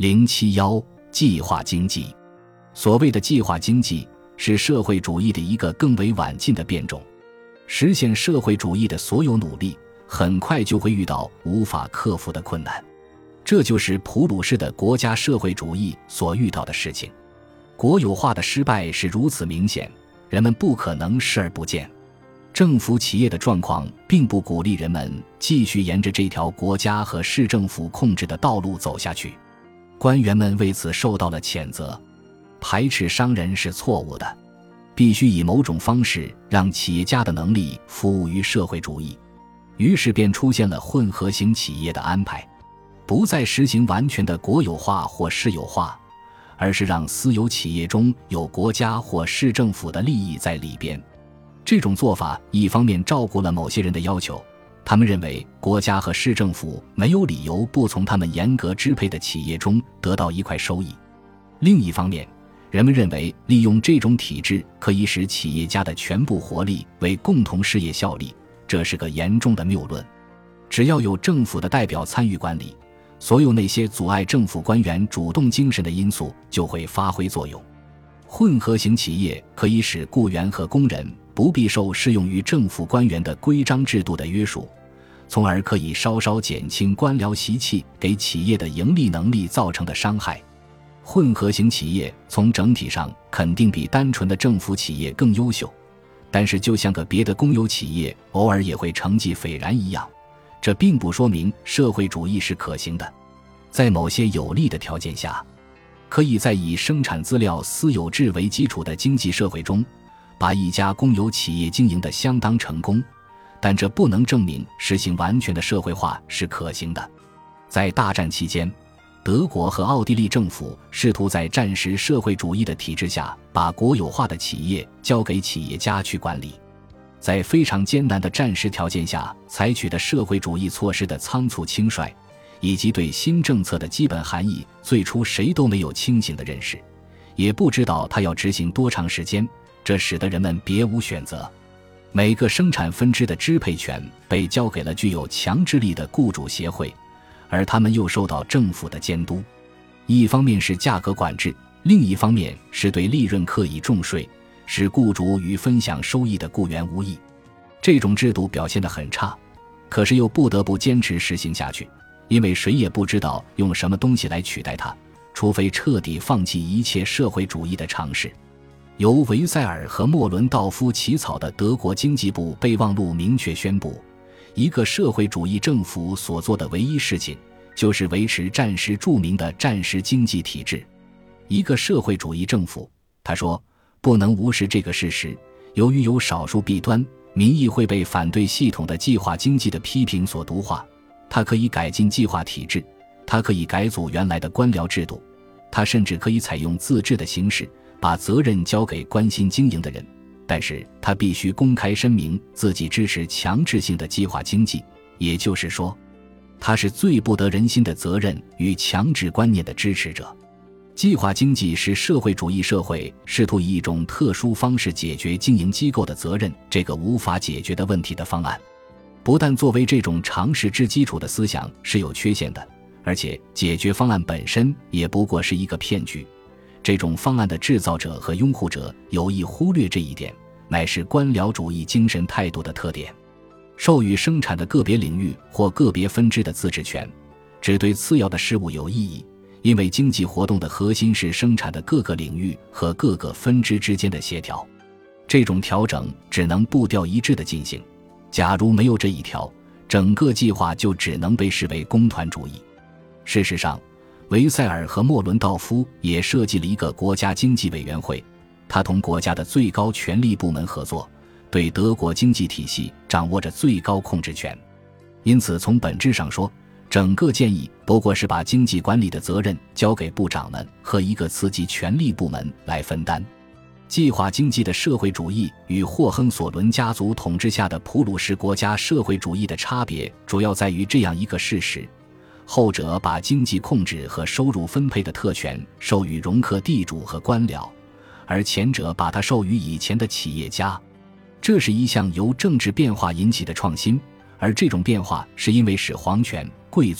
071计划经济。所谓的计划经济是社会主义的一个更为晚近的变种，实现社会主义的所有努力很快就会遇到无法克服的困难，这就是普鲁士的国家社会主义所遇到的事情。国有化的失败是如此明显，人们不可能视而不见。政府企业的状况并不鼓励人们继续沿着这条国家和市政府控制的道路走下去，官员们为此受到了谴责。排斥商人是错误的，必须以某种方式让企业家的能力服务于社会主义。于是便出现了混合型企业的安排，不再实行完全的国有化或私有化，而是让私有企业中有国家或市政府的利益在里边。这种做法一方面照顾了某些人的要求，他们认为国家和市政府没有理由不从他们严格支配的企业中得到一块收益；另一方面，人们认为利用这种体制可以使企业家的全部活力为共同事业效力，这是个严重的谬论。只要有政府的代表参与管理，所有那些阻碍政府官员主动精神的因素就会发挥作用。混合型企业可以使雇员和工人不必受适用于政府官员的规章制度的约束，从而可以稍稍减轻官僚习气给企业的盈利能力造成的伤害。混合型企业从整体上肯定比单纯的政府企业更优秀，但是就像个别的公有企业偶尔也会成绩斐然一样，这并不说明社会主义是可行的。在某些有利的条件下，可以在以生产资料私有制为基础的经济社会中，把一家公有企业经营得相当成功，但这不能证明实行完全的社会化是可行的。在大战期间，德国和奥地利政府试图在战时社会主义的体制下把国有化的企业交给企业家去管理。在非常艰难的战时条件下采取的社会主义措施的仓促轻率，以及对新政策的基本含义最初谁都没有清醒的认识，也不知道它要执行多长时间，这使得人们别无选择。每个生产分支的支配权被交给了具有强制力的雇主协会，而他们又受到政府的监督。一方面是价格管制，另一方面是对利润课以重税，使雇主与分享收益的雇员无异。这种制度表现得很差，可是又不得不坚持实行下去，因为谁也不知道用什么东西来取代它，除非彻底放弃一切社会主义的尝试。由维塞尔和莫伦道夫起草的德国经济部备忘录明确宣布，一个社会主义政府所做的唯一事情就是维持战时著名的战时经济体制。一个社会主义政府，他说，不能无视这个事实，由于有少数弊端，民意会被反对系统的计划经济的批评所毒化。它可以改进计划体制，它可以改组原来的官僚制度，它甚至可以采用自治的形式，把责任交给关心经营的人，但是它必须公开声明自己支持强制性的计划经济，也就是说，它是最不得人心的责任与强制观念的支持者。计划经济是社会主义社会试图以一种特殊方式解决经营机构的责任这个无法解决的问题的方案。不但作为这种常识之基础的思想是有缺陷的，而且解决方案本身也不过是一个骗局。这种方案的制造者和拥护者有意忽略这一点，乃是官僚主义精神态度的特点。授予生产的个别领域或个别分支的自治权，只对次要的事物有意义，因为经济活动的核心是生产的各个领域和各个分支之间的协调。这种调整只能步调一致地进行，假如没有这一条，整个计划就只能被视为工团主义。事实上，维塞尔和莫伦道夫也设计了一个国家经济委员会，他同国家的最高权力部门合作，对德国经济体系掌握着最高控制权。因此从本质上说，整个建议不过是把经济管理的责任交给部长们和一个次级权力部门来分担。计划经济的社会主义与霍亨索伦家族统治下的普鲁士国家社会主义的差别主要在于这样一个事实，后者把经济控制和收入分配的特权授予容克地主和官僚，而前者把它授予以前的企业家。这是一项由政治变化引起的创新，而这种变化是因为使皇权、贵族、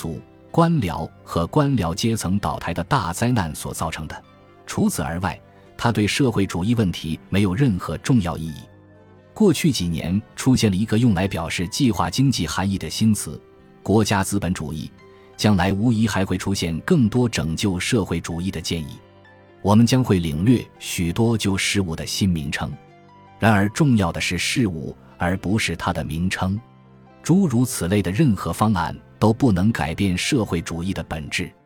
官僚和官僚阶层倒台的大灾难所造成的。除此而外，它对社会主义问题没有任何重要意义。过去几年出现了一个用来表示计划经济含义的新词——国家资本主义，将来无疑还会出现更多拯救社会主义的建议。我们将会领略许多旧事物的新名称，然而重要的是事物，而不是它的名称。诸如此类的任何方案都不能改变社会主义的本质。